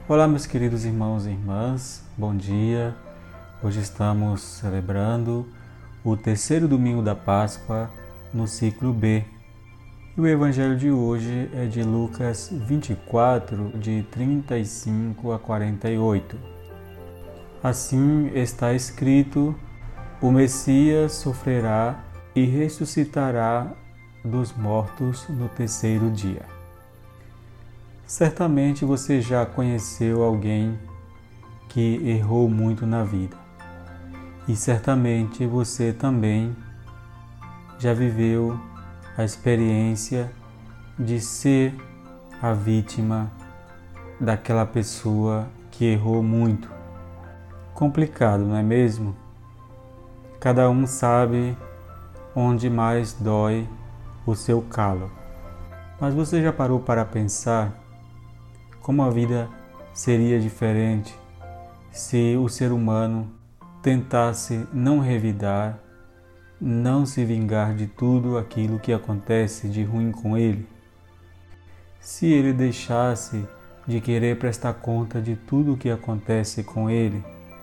Olá, meus queridos irmãos e irmãs, bom dia. Hoje estamos celebrando o terceiro domingo da Páscoa no ciclo B. E o evangelho de hoje é de Lucas 24, de 35 a 48. Assim está escrito: o Messias sofrerá e ressuscitará dos mortos no terceiro dia. Certamente você já conheceu alguém que errou muito na vida. E certamente você também já viveu a experiência de ser a vítima daquela pessoa que errou muito. Complicado, não é mesmo? Cada um sabe onde mais dói o seu calo. Mas você já parou para pensar como a vida seria diferente se o ser humano tentasse não revidar, não se vingar de tudo aquilo que acontece de ruim com ele? Se ele deixasse de querer prestar conta de tudo o que acontece com ele?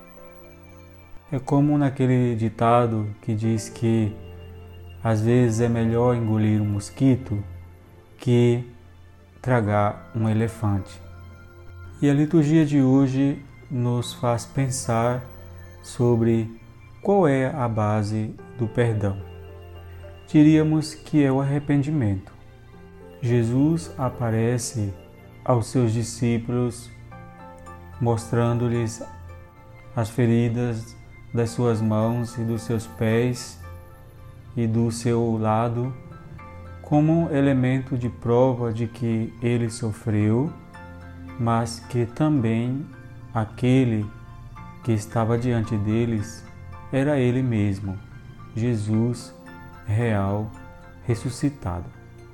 É como naquele ditado que diz que às vezes é melhor engolir um mosquito que tragar um elefante. E a liturgia de hoje nos faz pensar sobre qual é a base do perdão. Diríamos que é o arrependimento. Jesus aparece aos seus discípulos mostrando-lhes as feridas das suas mãos e dos seus pés e do seu lado como elemento de prova de que ele sofreu, mas que também aquele que estava diante deles era ele mesmo, Jesus real, ressuscitado.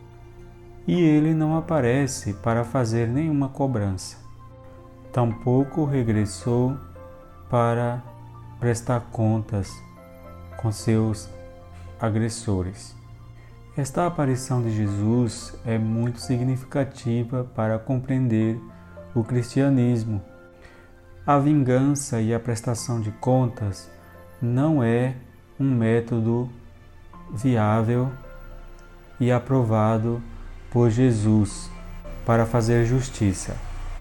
E ele não aparece para fazer nenhuma cobrança, tampouco regressou para prestar contas com seus agressores. Esta aparição de Jesus é muito significativa para compreender o cristianismo. A vingança e a prestação de contas não é um método viável e aprovado por Jesus para fazer justiça.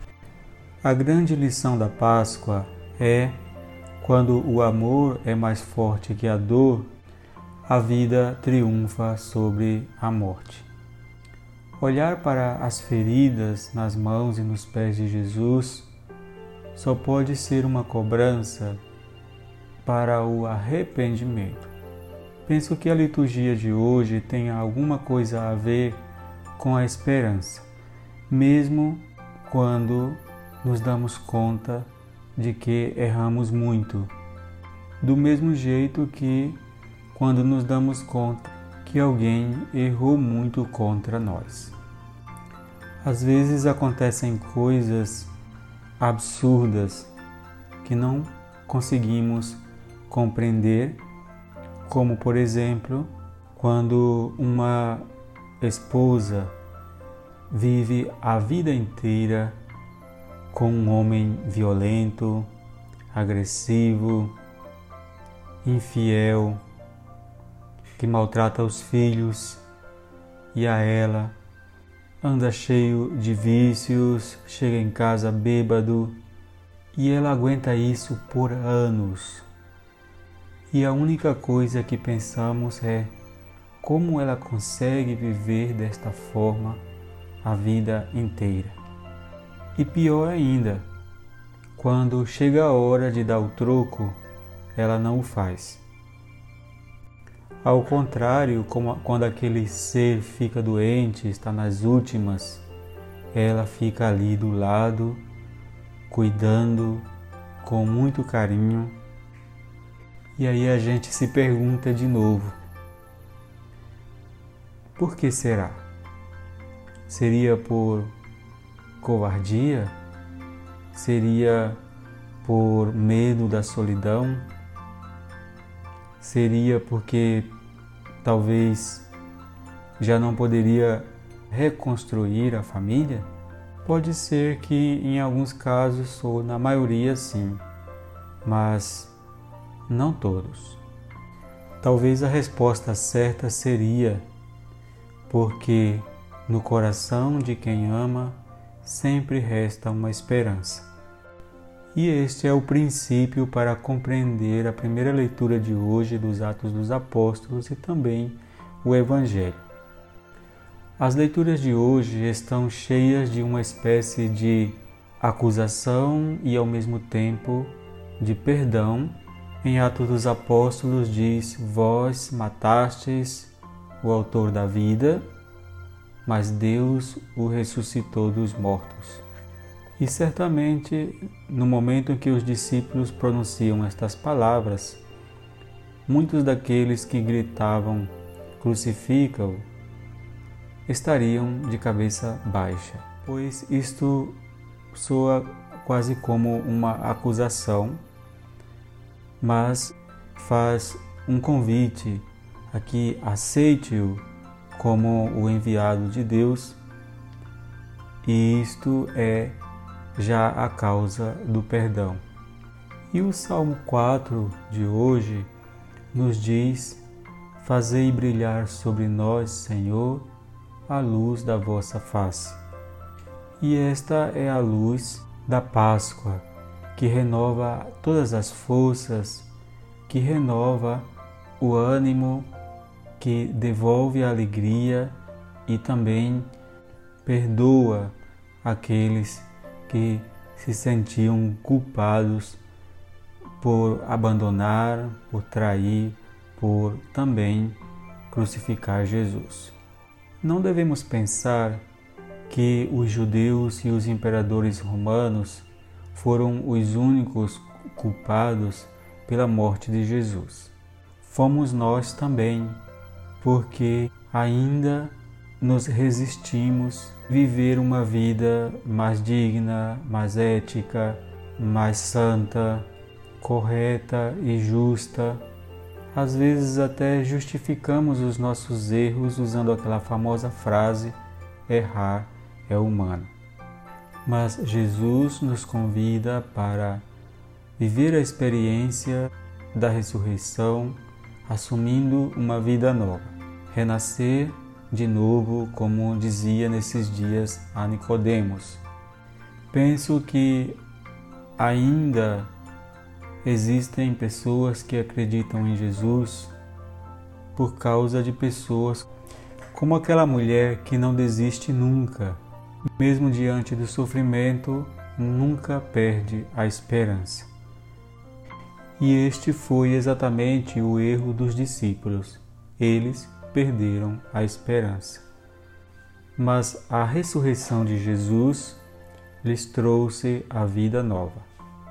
A grande lição da Páscoa é: quando o amor é mais forte que a dor, a vida triunfa sobre a morte. Olhar para as feridas nas mãos e nos pés de Jesus só pode ser uma cobrança para o arrependimento. Penso que a liturgia de hoje tem alguma coisa a ver com a esperança, mesmo quando nos damos conta de que erramos muito. Do mesmo jeito que quando nos damos conta que alguém errou muito contra nós. Às vezes acontecem coisas absurdas que não conseguimos compreender, como por exemplo, quando uma esposa vive a vida inteira com um homem violento, agressivo, infiel, que maltrata os filhos e a ela, anda cheio de vícios, chega em casa bêbado e ela aguenta isso por anos. E a única coisa que pensamos é como ela consegue viver desta forma a vida inteira. E pior ainda, quando chega a hora de dar o troco, ela não o faz. Ao contrário, quando aquele ser fica doente, está nas últimas, ela fica ali do lado, cuidando com muito carinho. E aí a gente se pergunta de novo: por que será? Seria por covardia? Seria por medo da solidão? Seria porque talvez já não poderia reconstruir a família? Pode ser que em alguns casos, ou na maioria sim, mas não todos. Talvez a resposta certa seria porque no coração de quem ama sempre resta uma esperança. E este é o princípio para compreender a primeira leitura de hoje dos Atos dos Apóstolos e também o Evangelho. As leituras de hoje estão cheias de uma espécie de acusação e ao mesmo tempo de perdão. Em Atos dos Apóstolos diz: vós matastes o autor da vida, mas Deus o ressuscitou dos mortos. E certamente, no momento em que os discípulos pronunciam estas palavras, muitos daqueles que gritavam crucifica-o estariam de cabeça baixa, pois isto soa quase como uma acusação, mas faz um convite a que aceite-o como o enviado de Deus, e isto é já a causa do perdão. E o Salmo 4 de hoje nos diz: fazei brilhar sobre nós, Senhor, a luz da vossa face. E esta é a luz da Páscoa, que renova todas as forças, que renova o ânimo, que devolve a alegria e também perdoa aqueles que se sentiam culpados por abandonar, por trair, por também crucificar Jesus. Não devemos pensar que os judeus e os imperadores romanos foram os únicos culpados pela morte de Jesus. Fomos nós também, porque ainda nos resistimos a viver uma vida mais digna, mais ética, mais santa, correta e justa. Às vezes até justificamos os nossos erros usando aquela famosa frase: errar é humano. Mas Jesus nos convida para viver a experiência da ressurreição, assumindo uma vida nova, renascer de novo, como dizia nesses dias a Nicodemos. Penso que ainda existem pessoas que acreditam em Jesus por causa de pessoas como aquela mulher que não desiste nunca, mesmo diante do sofrimento, nunca perde a esperança. E este foi exatamente o erro dos discípulos. Eles perderam a esperança. Mas a ressurreição de Jesus lhes trouxe a vida nova.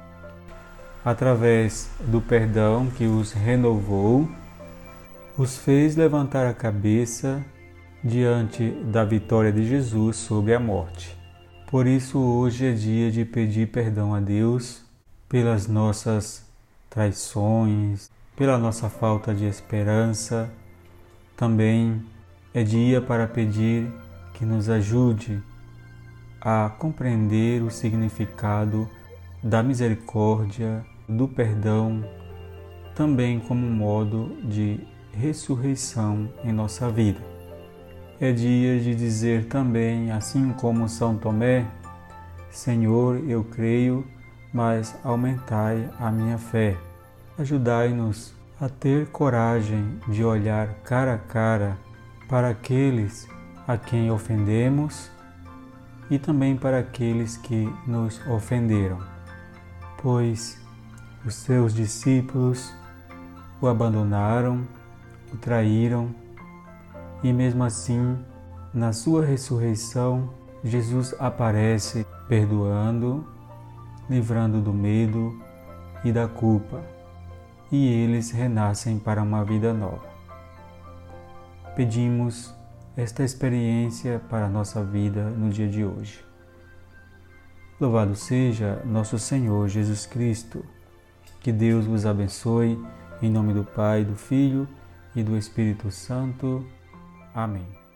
Através do perdão que os renovou, os fez levantar a cabeça diante da vitória de Jesus sobre a morte. Por isso hoje é dia de pedir perdão a Deus pelas nossas traições, pela nossa falta de esperança. Também é dia para pedir que nos ajude a compreender o significado da misericórdia, do perdão, também como um modo de ressurreição em nossa vida. É dia de dizer também, assim como São Tomé: Senhor, eu creio, mas aumentai a minha fé. Ajudai-nos a ter coragem de olhar cara a cara para aqueles a quem ofendemos e também para aqueles que nos ofenderam, pois os seus discípulos o abandonaram, o traíram, e mesmo assim, na sua ressurreição, Jesus aparece perdoando, livrando do medo e da culpa, e eles renascem para uma vida nova. Pedimos esta experiência para a nossa vida no dia de hoje. Louvado seja nosso Senhor Jesus Cristo. Que Deus vos abençoe, em nome do Pai, do Filho e do Espírito Santo. Amém.